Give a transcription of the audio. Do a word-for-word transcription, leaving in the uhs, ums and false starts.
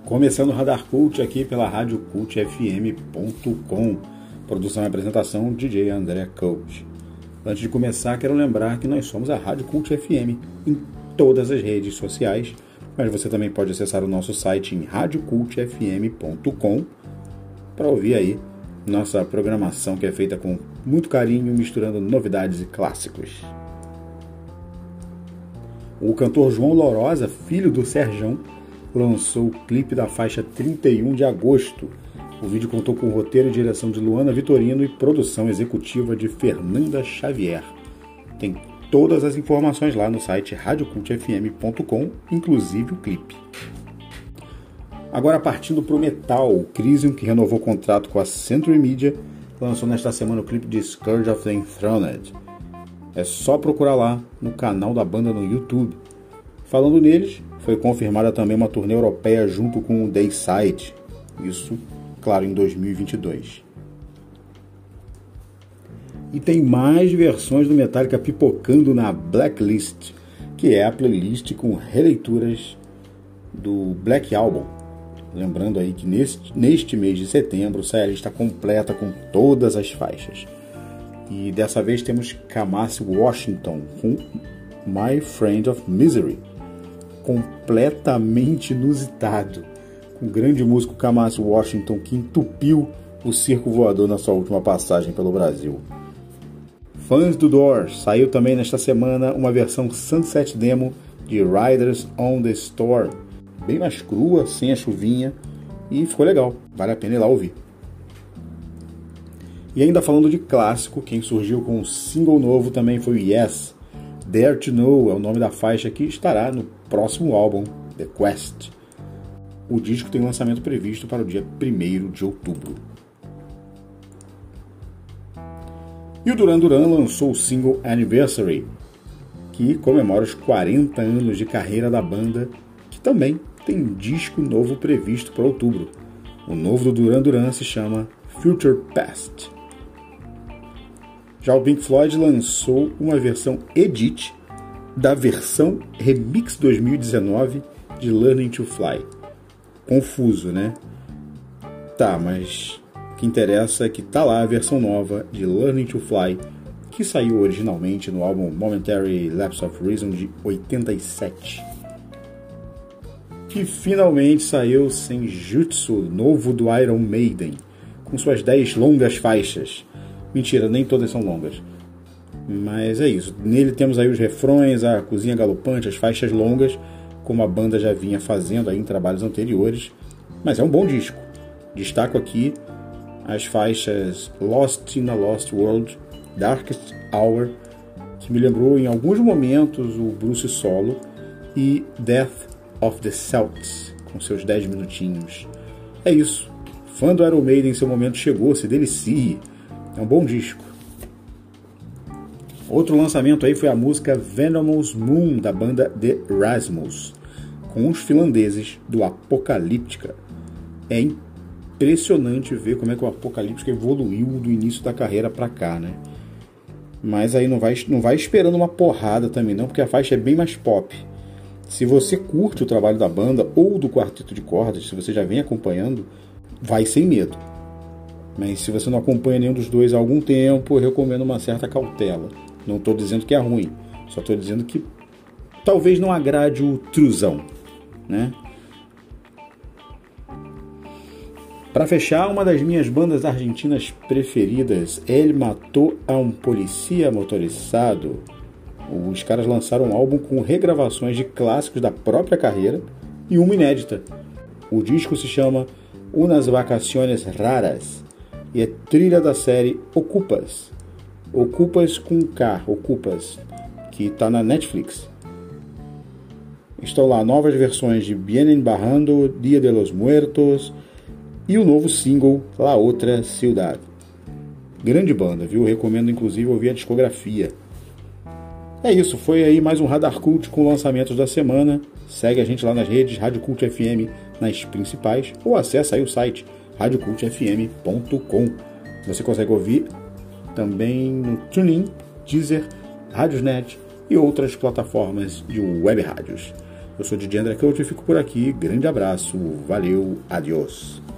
Começando o Radar Cult aqui pela rádio cult f m ponto com. Produção e apresentação, D J André Cult. Antes de começar, quero lembrar que nós somos a Rádio Cult F M em todas as redes sociais, mas você também pode acessar o nosso site em rádio cult f m ponto com para ouvir aí nossa programação que é feita com muito carinho, misturando novidades e clássicos. O cantor João Lorosa, filho do Serjão, lançou o clipe da faixa trinta e um de agosto. O vídeo contou com roteiro e direção de Luana Vitorino e produção executiva de Fernanda Xavier. Tem todas as informações lá no site rádio cult f m ponto com, inclusive o clipe. Agora partindo para o metal, o Crisium, que renovou o contrato com a Century Media, lançou nesta semana o clipe de Scourge of the Enthroned. É só procurar lá no canal da banda no YouTube. Falando neles, foi confirmada também uma turnê europeia junto com o Dayside. Isso, claro, em dois mil e vinte e dois. E tem mais versões do Metallica pipocando na Blacklist, que é a playlist com releituras do Black Album. Lembrando aí que neste, neste mês de setembro sai a lista completa com todas as faixas. E dessa vez temos Kamasi Washington com My Friend of Misery, completamente inusitado, com o grande músico Kamasi Washington, que entupiu o circo voador na sua última passagem pelo Brasil. Fãs do Doors, saiu também nesta semana uma versão Sunset Demo de Riders on the Storm, bem mais crua, sem a chuvinha, e ficou legal, vale a pena ir lá ouvir. E ainda falando de clássico, quem surgiu com um single novo também foi o Yes. Dare to Know é o nome da faixa que estará no próximo álbum, The Quest. O disco tem lançamento previsto para o dia primeiro de outubro. E o Duran Duran lançou o single Anniversary, que comemora os quarenta anos de carreira da banda, que também tem um disco novo previsto para outubro. O novo do Duran Duran se chama Future Past. Já o Pink Floyd lançou uma versão edit da versão Remix dois mil e dezenove de Learning to Fly. Confuso, né? Tá, mas o que interessa é que tá lá a versão nova de Learning to Fly, que saiu originalmente no álbum Momentary Lapse of Reason de oitenta e sete. Que finalmente saiu Senjutsu, novo do Iron Maiden, com suas dez longas faixas. Mentira, nem todas são longas. Mas é isso. Nele temos aí os refrões, a cozinha galopante, as faixas longas, como a banda já vinha fazendo aí em trabalhos anteriores. Mas é um bom disco. Destaco aqui as faixas Lost in a Lost World, Darkest Hour, que me lembrou em alguns momentos o Bruce solo, e Death of the Celts, com seus dez minutinhos. É isso. Fã do Iron Maiden, seu momento chegou, se delicie. É um bom disco. Outro lançamento aí foi a música Venomous Moon, da banda The Rasmus, com os finlandeses do Apocalyptica. É impressionante ver como é que o Apocalyptica evoluiu do início da carreira pra cá, né? Mas aí não vai, não vai esperando uma porrada também não, porque a faixa é bem mais pop. Se você curte o trabalho da banda ou do quarteto de cordas, se você já vem acompanhando, vai sem medo. Mas se você não acompanha nenhum dos dois há algum tempo, eu recomendo uma certa cautela. Não estou dizendo que é ruim, só estou dizendo que talvez não agrade o truzão, né? Para fechar, uma das minhas bandas argentinas preferidas, Ele Matou a um Policia Motorizado. Os caras lançaram um álbum com regravações de clássicos da própria carreira e uma inédita. O disco se chama Unas Vacaciones Raras e é trilha da série Ocupas. Ocupas com K, Ocupas, que está na Netflix. Estão lá novas versões de Vienen Bajando, Dia de los Muertos e o novo single La Otra Ciudad. Grande banda, viu? Recomendo inclusive ouvir a discografia. É isso, foi aí mais um Radar Cult com lançamentos da semana. Segue a gente lá nas redes, Rádio Cult F M nas principais, ou acessa aí o site rádio cult f m ponto com. Você consegue ouvir também no TuneIn, Deezer, Radiosnet e outras plataformas de web rádios. Eu sou o D J André Couto e fico por aqui. Grande abraço, valeu, adiós.